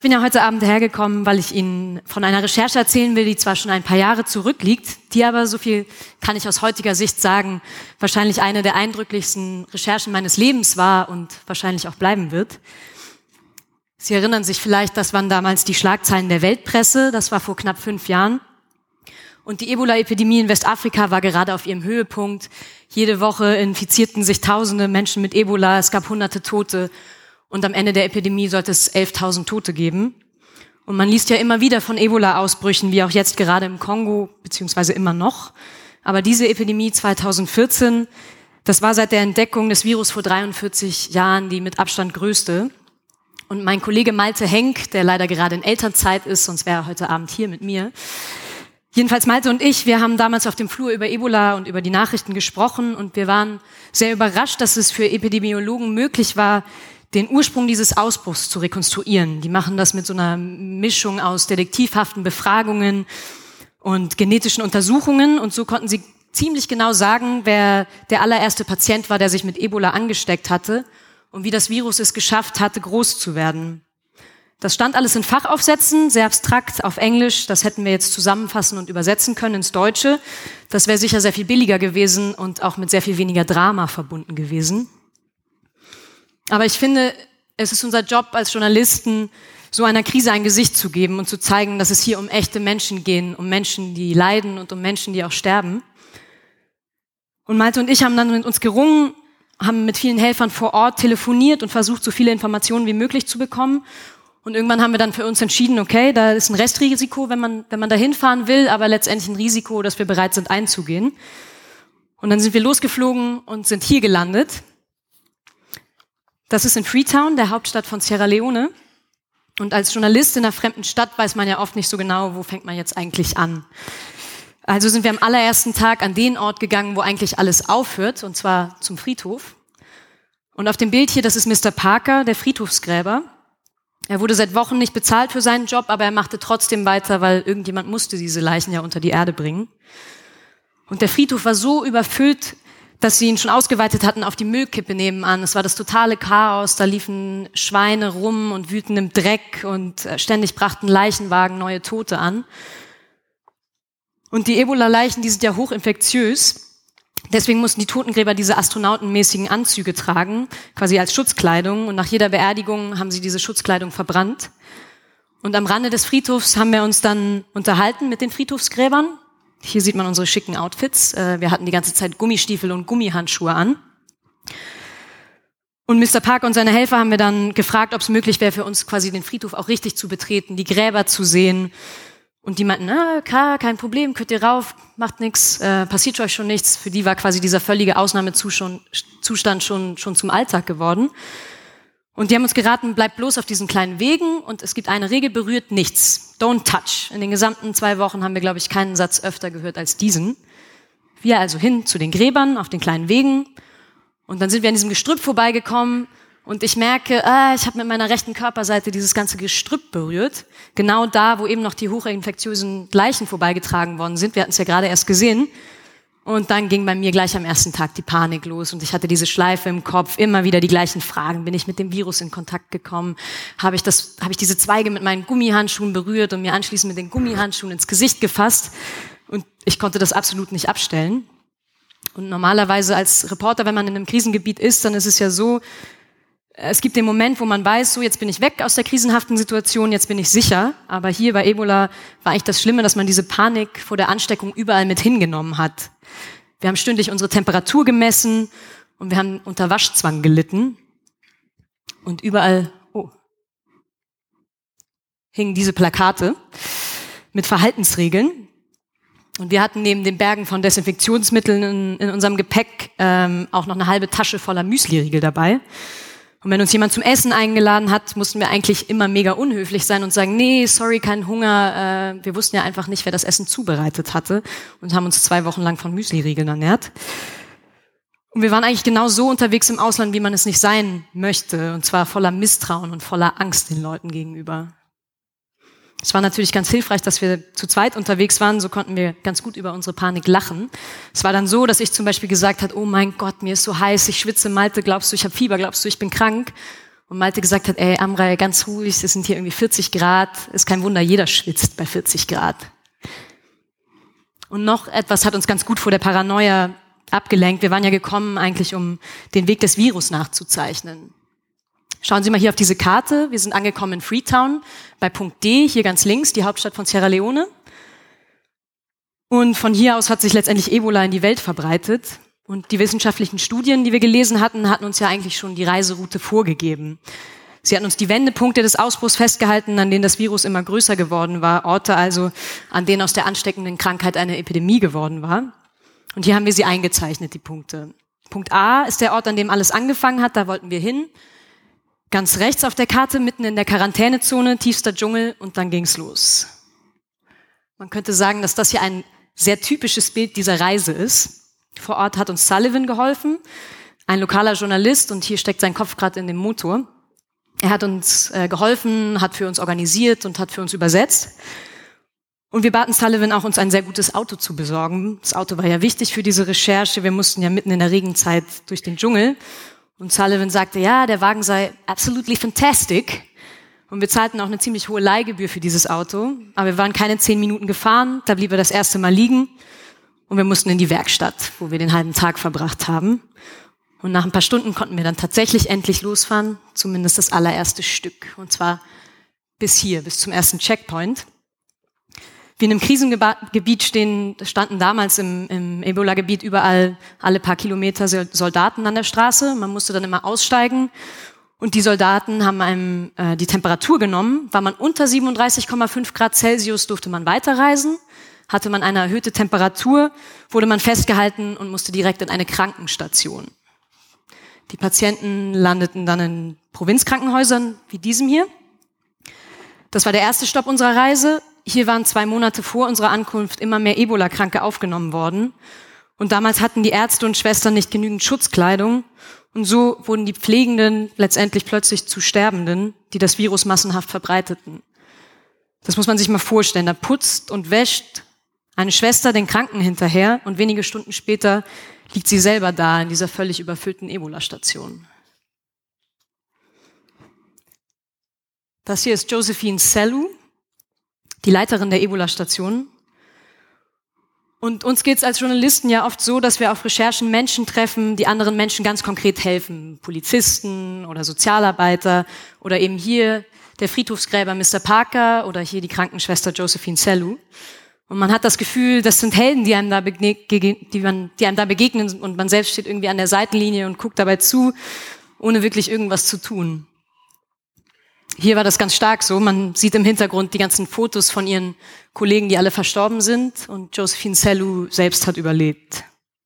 Ich bin ja heute Abend hergekommen, weil ich Ihnen von einer Recherche erzählen will, die zwar schon ein paar Jahre zurückliegt, die aber, so viel kann ich aus heutiger Sicht sagen, wahrscheinlich eine der eindrücklichsten Recherchen meines Lebens war und wahrscheinlich auch bleiben wird. Sie erinnern sich vielleicht, das waren damals die Schlagzeilen der Weltpresse, das war vor knapp 5 Jahren. Und die Ebola-Epidemie in Westafrika war gerade auf ihrem Höhepunkt. Jede Woche infizierten sich Tausende Menschen mit Ebola, es gab Hunderte Tote. Und am Ende der Epidemie sollte es 11.000 Tote geben. Und man liest ja immer wieder von Ebola-Ausbrüchen, wie auch jetzt gerade im Kongo, beziehungsweise immer noch. Aber diese Epidemie 2014, das war seit der Entdeckung des Virus vor 43 Jahren die mit Abstand größte. Und mein Kollege Malte Henk, der leider gerade in Elternzeit ist, sonst wäre er heute Abend hier mit mir. Jedenfalls Malte und ich, wir haben damals auf dem Flur über Ebola und über die Nachrichten gesprochen und wir waren sehr überrascht, dass es für Epidemiologen möglich war, den Ursprung dieses Ausbruchs zu rekonstruieren. Die machen das mit so einer Mischung aus detektivhaften Befragungen und genetischen Untersuchungen. Und so konnten sie ziemlich genau sagen, wer der allererste Patient war, der sich mit Ebola angesteckt hatte und wie das Virus es geschafft hatte, groß zu werden. Das stand alles in Fachaufsätzen, sehr abstrakt auf Englisch. Das hätten wir jetzt zusammenfassen und übersetzen können ins Deutsche. Das wäre sicher sehr viel billiger gewesen und auch mit sehr viel weniger Drama verbunden gewesen. Aber ich finde, es ist unser Job als Journalisten, so einer Krise ein Gesicht zu geben und zu zeigen, dass es hier um echte Menschen geht, um Menschen, die leiden und um Menschen, die auch sterben. Und Malte und ich haben dann mit uns gerungen, haben mit vielen Helfern vor Ort telefoniert und versucht, so viele Informationen wie möglich zu bekommen. Und irgendwann haben wir dann für uns entschieden, okay, da ist ein Restrisiko, wenn man da hinfahren will, aber letztendlich ein Risiko, dass wir bereit sind einzugehen. Und dann sind wir losgeflogen und sind hier gelandet. Das ist in Freetown, der Hauptstadt von Sierra Leone. Und als Journalist in einer fremden Stadt weiß man ja oft nicht so genau, wo fängt man jetzt eigentlich an. Also sind wir am allerersten Tag an den Ort gegangen, wo eigentlich alles aufhört, und zwar zum Friedhof. Und auf dem Bild hier, das ist Mr. Parker, der Friedhofsgräber. Er wurde seit Wochen nicht bezahlt für seinen Job, aber er machte trotzdem weiter, weil irgendjemand musste diese Leichen ja unter die Erde bringen. Und der Friedhof war so überfüllt, dass sie ihn schon ausgeweitet hatten auf die Müllkippe nebenan. Es war das totale Chaos, da liefen Schweine rum und wühlten im Dreck und ständig brachten Leichenwagen neue Tote an. Und die Ebola-Leichen, die sind ja hochinfektiös. Deswegen mussten die Totengräber diese astronautenmäßigen Anzüge tragen, quasi als Schutzkleidung. Und nach jeder Beerdigung haben sie diese Schutzkleidung verbrannt. Und am Rande des Friedhofs haben wir uns dann unterhalten mit den Friedhofsgräbern. Hier sieht man unsere schicken Outfits. Wir hatten die ganze Zeit Gummistiefel und Gummihandschuhe an. Und Mr. Parker und seine Helfer haben wir dann gefragt, ob es möglich wäre für uns quasi den Friedhof auch richtig zu betreten, die Gräber zu sehen. Und die meinten, klar, kein Problem, könnt ihr rauf, macht nichts, passiert euch schon nichts. Für die war quasi dieser völlige Ausnahmezustand schon zum Alltag geworden. Und die haben uns geraten, bleibt bloß auf diesen kleinen Wegen und es gibt eine Regel, berührt nichts. Don't touch. In den gesamten 2 Wochen haben wir, glaube ich, keinen Satz öfter gehört als diesen. Wir also hin zu den Gräbern auf den kleinen Wegen und dann sind wir an diesem Gestrüpp vorbeigekommen und ich merke, ich habe mit meiner rechten Körperseite dieses ganze Gestrüpp berührt. Genau da, wo eben noch die hochinfektiösen Leichen vorbeigetragen worden sind. Wir hatten es ja gerade erst gesehen. Und dann ging bei mir gleich am ersten Tag die Panik los und ich hatte diese Schleife im Kopf, immer wieder die gleichen Fragen. Bin ich mit dem Virus in Kontakt gekommen? Habe ich diese Zweige mit meinen Gummihandschuhen berührt und mir anschließend mit den Gummihandschuhen ins Gesicht gefasst? Und ich konnte das absolut nicht abstellen. Und normalerweise als Reporter, wenn man in einem Krisengebiet ist, dann ist es ja so, es gibt den Moment, wo man weiß, so jetzt bin ich weg aus der krisenhaften Situation, jetzt bin ich sicher. Aber hier bei Ebola war eigentlich das Schlimme, dass man diese Panik vor der Ansteckung überall mit hingenommen hat. Wir haben stündlich unsere Temperatur gemessen und wir haben unter Waschzwang gelitten. Und überall hingen diese Plakate mit Verhaltensregeln. Und wir hatten neben den Bergen von Desinfektionsmitteln in unserem Gepäck auch noch eine halbe Tasche voller Müsliriegel dabei. Und wenn uns jemand zum Essen eingeladen hat, mussten wir eigentlich immer mega unhöflich sein und sagen, nee, sorry, kein Hunger. Wir wussten ja einfach nicht, wer das Essen zubereitet hatte und haben uns 2 Wochen lang von Müsliriegeln ernährt. Und wir waren eigentlich genau so unterwegs im Ausland, wie man es nicht sein möchte. Und zwar voller Misstrauen und voller Angst den Leuten gegenüber. Es war natürlich ganz hilfreich, dass wir zu zweit unterwegs waren, so konnten wir ganz gut über unsere Panik lachen. Es war dann so, dass ich zum Beispiel gesagt habe, oh mein Gott, mir ist so heiß, ich schwitze, Malte, glaubst du, ich habe Fieber, glaubst du, ich bin krank? Und Malte gesagt hat, ey, Amrei, ganz ruhig, es sind hier irgendwie 40 Grad. Ist kein Wunder, jeder schwitzt bei 40 Grad. Und noch etwas hat uns ganz gut vor der Paranoia abgelenkt. Wir waren ja gekommen eigentlich, um den Weg des Virus nachzuzeichnen. Schauen Sie mal hier auf diese Karte. Wir sind angekommen in Freetown bei Punkt D, hier ganz links, die Hauptstadt von Sierra Leone. Und von hier aus hat sich letztendlich Ebola in die Welt verbreitet. Und die wissenschaftlichen Studien, die wir gelesen hatten, hatten uns ja eigentlich schon die Reiseroute vorgegeben. Sie hatten uns die Wendepunkte des Ausbruchs festgehalten, an denen das Virus immer größer geworden war, Orte also, an denen aus der ansteckenden Krankheit eine Epidemie geworden war. Und hier haben wir sie eingezeichnet, die Punkte. Punkt A ist der Ort, an dem alles angefangen hat, da wollten wir hin. Ganz rechts auf der Karte, mitten in der Quarantänezone, tiefster Dschungel, und dann ging's los. Man könnte sagen, dass das hier ein sehr typisches Bild dieser Reise ist. Vor Ort hat uns Sullivan geholfen, ein lokaler Journalist, und hier steckt sein Kopf gerade in dem Motor. Er hat uns geholfen, hat für uns organisiert und hat für uns übersetzt. Und wir baten Sullivan auch, uns ein sehr gutes Auto zu besorgen. Das Auto war ja wichtig für diese Recherche. Wir mussten ja mitten in der Regenzeit durch den Dschungel. Und Sullivan sagte, ja, der Wagen sei absolutely fantastic. Und wir zahlten auch eine ziemlich hohe Leihgebühr für dieses Auto. Aber wir waren keine 10 Minuten gefahren, da blieb er das erste Mal liegen. Und wir mussten in die Werkstatt, wo wir den halben Tag verbracht haben. Und nach ein paar Stunden konnten wir dann tatsächlich endlich losfahren, zumindest das allererste Stück. Und zwar bis hier, bis zum ersten Checkpoint. Wie in einem Krisengebiet standen damals im Ebola-Gebiet überall alle paar Kilometer Soldaten an der Straße. Man musste dann immer aussteigen. Und die Soldaten haben einem die Temperatur genommen. War man unter 37,5 Grad Celsius, durfte man weiterreisen. Hatte man eine erhöhte Temperatur, wurde man festgehalten und musste direkt in eine Krankenstation. Die Patienten landeten dann in Provinzkrankenhäusern wie diesem hier. Das war der erste Stopp unserer Reise. Hier waren 2 Monate vor unserer Ankunft immer mehr Ebola-Kranke aufgenommen worden. Und damals hatten die Ärzte und Schwestern nicht genügend Schutzkleidung. Und so wurden die Pflegenden letztendlich plötzlich zu Sterbenden, die das Virus massenhaft verbreiteten. Das muss man sich mal vorstellen. Da putzt und wäscht eine Schwester den Kranken hinterher und wenige Stunden später liegt sie selber da in dieser völlig überfüllten Ebola-Station. Das hier ist Josephine Sellu, die Leiterin der Ebola-Station. Und uns geht es als Journalisten ja oft so, dass wir auf Recherchen Menschen treffen, die anderen Menschen ganz konkret helfen. Polizisten oder Sozialarbeiter oder eben hier der Friedhofsgräber Mr. Parker oder hier die Krankenschwester Josephine Sellu. Und man hat das Gefühl, das sind Helden, die einem da begegnen, und man selbst steht irgendwie an der Seitenlinie und guckt dabei zu, ohne wirklich irgendwas zu tun. Hier war das ganz stark so. Man sieht im Hintergrund die ganzen Fotos von ihren Kollegen, die alle verstorben sind, und Josephine Sellu selbst hat überlebt.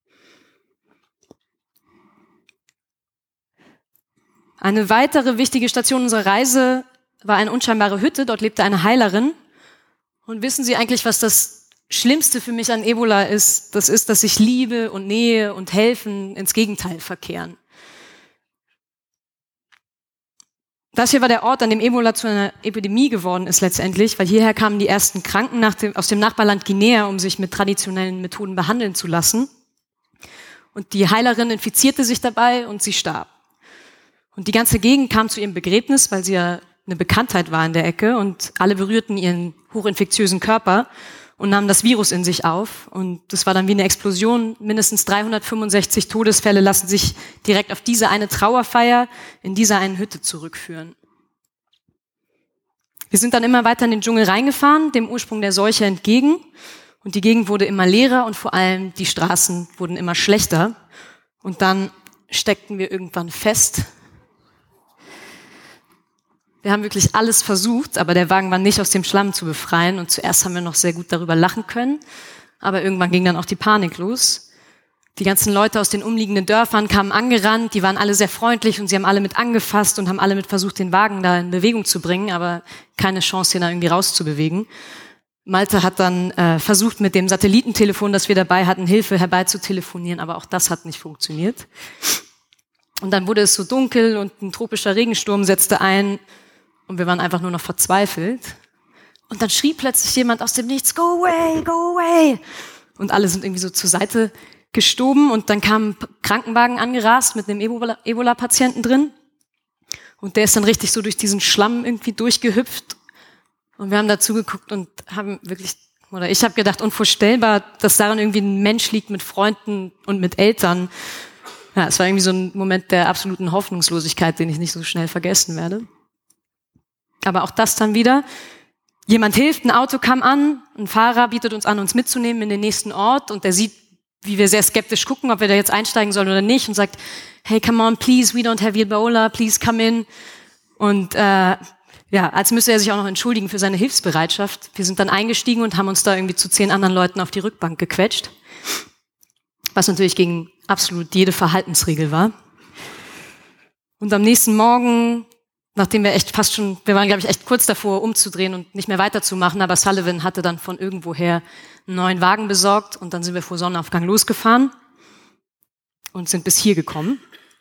Eine weitere wichtige Station unserer Reise war eine unscheinbare Hütte. Dort lebte eine Heilerin. Und wissen Sie eigentlich, was das Schlimmste für mich an Ebola ist? Das ist, dass sich Liebe und Nähe und Helfen ins Gegenteil verkehren. Das hier war der Ort, an dem Ebola zu einer Epidemie geworden ist letztendlich, weil hierher kamen die ersten Kranken aus dem Nachbarland Guinea, um sich mit traditionellen Methoden behandeln zu lassen. Und die Heilerin infizierte sich dabei und sie starb. Und die ganze Gegend kam zu ihrem Begräbnis, weil sie ja eine Bekanntheit war in der Ecke, und alle berührten ihren hochinfektiösen Körper und nahmen das Virus in sich auf. Und das war dann wie eine Explosion. Mindestens 365 Todesfälle lassen sich direkt auf diese eine Trauerfeier in dieser einen Hütte zurückführen. Wir sind dann immer weiter in den Dschungel reingefahren, dem Ursprung der Seuche entgegen. Und die Gegend wurde immer leerer und vor allem die Straßen wurden immer schlechter. Und dann steckten wir irgendwann fest. Wir haben wirklich alles versucht, aber der Wagen war nicht aus dem Schlamm zu befreien. Und zuerst haben wir noch sehr gut darüber lachen können. Aber irgendwann ging dann auch die Panik los. Die ganzen Leute aus den umliegenden Dörfern kamen angerannt. Die waren alle sehr freundlich und sie haben alle mit angefasst und haben alle mit versucht, den Wagen da in Bewegung zu bringen. Aber keine Chance, den da irgendwie rauszubewegen. Malte hat dann versucht, mit dem Satellitentelefon, das wir dabei hatten, Hilfe herbeizutelefonieren. Aber auch das hat nicht funktioniert. Und dann wurde es so dunkel und ein tropischer Regensturm setzte ein. Und wir waren einfach nur noch verzweifelt. Und dann schrie plötzlich jemand aus dem Nichts, go away, go away. Und alle sind irgendwie so zur Seite gestoben. Und dann kam ein Krankenwagen angerast mit einem Ebola-Patienten drin. Und der ist dann richtig so durch diesen Schlamm irgendwie durchgehüpft. Und wir haben dazu geguckt und haben wirklich, oder ich habe gedacht, unvorstellbar, dass darin irgendwie ein Mensch liegt mit Freunden und mit Eltern. Ja, es war irgendwie so ein Moment der absoluten Hoffnungslosigkeit, den ich nicht so schnell vergessen werde. Aber auch das dann wieder. Jemand hilft, ein Auto kam an, ein Fahrer bietet uns an, uns mitzunehmen in den nächsten Ort und der sieht, wie wir sehr skeptisch gucken, ob wir da jetzt einsteigen sollen oder nicht und sagt, hey, come on, please, we don't have Ebola, please come in. Und als müsste er sich auch noch entschuldigen für seine Hilfsbereitschaft. Wir sind dann eingestiegen und haben uns da irgendwie zu 10 anderen Leuten auf die Rückbank gequetscht, was natürlich gegen absolut jede Verhaltensregel war. Und am nächsten Morgen, nachdem wir waren, glaube ich, echt kurz davor, umzudrehen und nicht mehr weiterzumachen, aber Sullivan hatte dann von irgendwoher einen neuen Wagen besorgt und dann sind wir vor Sonnenaufgang losgefahren und sind bis hier gekommen.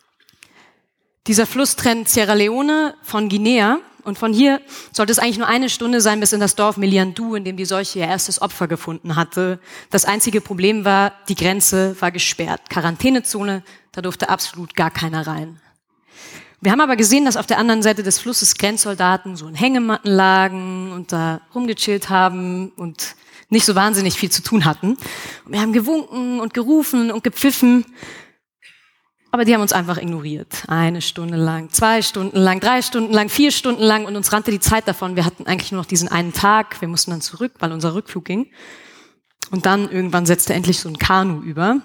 Dieser Fluss trennt Sierra Leone von Guinea und von hier sollte es eigentlich nur 1 Stunde sein bis in das Dorf Meliandou, in dem die Seuche ihr erstes Opfer gefunden hatte. Das einzige Problem war, die Grenze war gesperrt. Quarantänezone, da durfte absolut gar keiner rein. Wir haben aber gesehen, dass auf der anderen Seite des Flusses Grenzsoldaten so in Hängematten lagen und da rumgechillt haben und nicht so wahnsinnig viel zu tun hatten. Und wir haben gewunken und gerufen und gepfiffen, aber die haben uns einfach ignoriert. 1 Stunde lang, 2 Stunden lang, 3 Stunden lang, 4 Stunden lang und uns rannte die Zeit davon. Wir hatten eigentlich nur noch diesen einen Tag, wir mussten dann zurück, weil unser Rückflug ging. Und dann irgendwann setzte endlich so ein Kanu über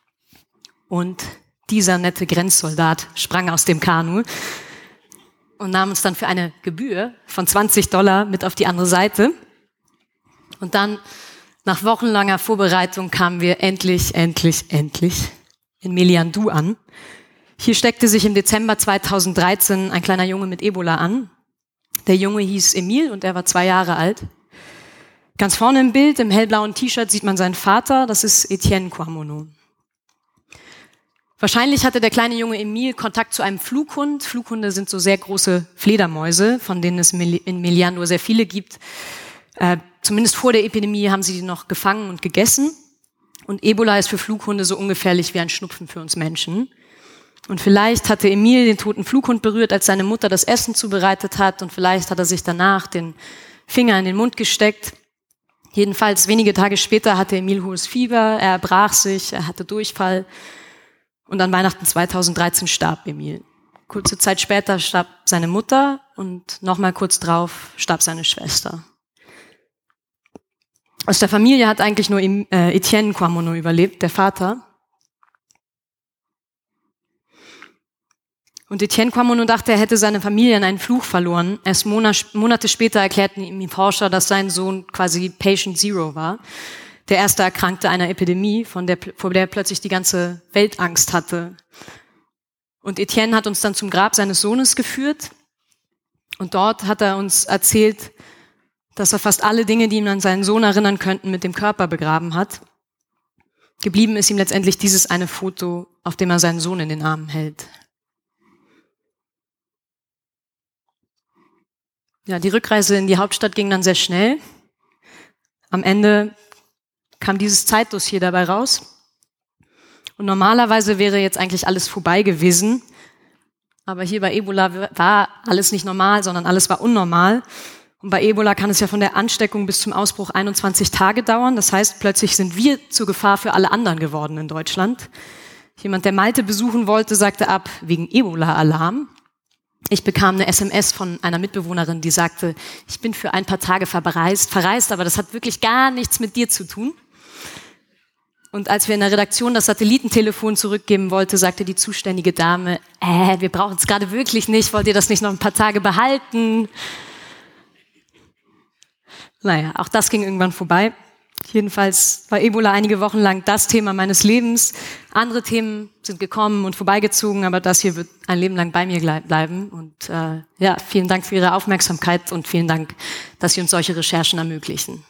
und dieser nette Grenzsoldat sprang aus dem Kanu und nahm uns dann für eine Gebühr von $20 mit auf die andere Seite. Und dann, nach wochenlanger Vorbereitung, kamen wir endlich in Meliandou an. Hier steckte sich im Dezember 2013 ein kleiner Junge mit Ebola an. Der Junge hieß Emil und er war 2 Jahre alt. Ganz vorne im Bild, im hellblauen T-Shirt, sieht man seinen Vater, das ist Etienne Kouamono. Wahrscheinlich hatte der kleine Junge Emil Kontakt zu einem Flughund. Flughunde sind so sehr große Fledermäuse, von denen es in Meliandou sehr viele gibt. Zumindest vor der Epidemie haben sie die noch gefangen und gegessen. Und Ebola ist für Flughunde so ungefährlich wie ein Schnupfen für uns Menschen. Und vielleicht hatte Emil den toten Flughund berührt, als seine Mutter das Essen zubereitet hat. Und vielleicht hat er sich danach den Finger in den Mund gesteckt. Jedenfalls wenige Tage später hatte Emil hohes Fieber, er erbrach sich, er hatte Durchfall. Und an Weihnachten 2013 starb Emil. Kurze Zeit später starb seine Mutter und nochmal kurz drauf starb seine Schwester. Aus der Familie hat eigentlich nur Etienne Kouamono überlebt, der Vater. Und Etienne Kouamono dachte, er hätte seine Familie in einen Fluch verloren. Erst Monate später erklärten ihm die Forscher, dass sein Sohn quasi Patient Zero war. Der erste Erkrankte einer Epidemie, vor der plötzlich die ganze Welt Angst hatte. Und Etienne hat uns dann zum Grab seines Sohnes geführt. Und dort hat er uns erzählt, dass er fast alle Dinge, die ihn an seinen Sohn erinnern könnten, mit dem Körper begraben hat. Geblieben ist ihm letztendlich dieses eine Foto, auf dem er seinen Sohn in den Armen hält. Ja, die Rückreise in die Hauptstadt ging dann sehr schnell. Am Ende kam dieses Zeitdossier dabei raus. Und normalerweise wäre jetzt eigentlich alles vorbei gewesen. Aber hier bei Ebola war alles nicht normal, sondern alles war unnormal. Und bei Ebola kann es ja von der Ansteckung bis zum Ausbruch 21 Tage dauern. Das heißt, plötzlich sind wir zur Gefahr für alle anderen geworden in Deutschland. Jemand, der Malte besuchen wollte, sagte ab wegen Ebola-Alarm. Ich bekam eine SMS von einer Mitbewohnerin, die sagte, ich bin für ein paar Tage verreist, aber das hat wirklich gar nichts mit dir zu tun. Und als wir in der Redaktion das Satellitentelefon zurückgeben wollten, sagte die zuständige Dame, wir brauchen es gerade wirklich nicht, wollt ihr das nicht noch ein paar Tage behalten? Naja, auch das ging irgendwann vorbei. Jedenfalls war Ebola einige Wochen lang das Thema meines Lebens. Andere Themen sind gekommen und vorbeigezogen, aber das hier wird ein Leben lang bei mir bleiben. Und vielen Dank für Ihre Aufmerksamkeit und vielen Dank, dass Sie uns solche Recherchen ermöglichen.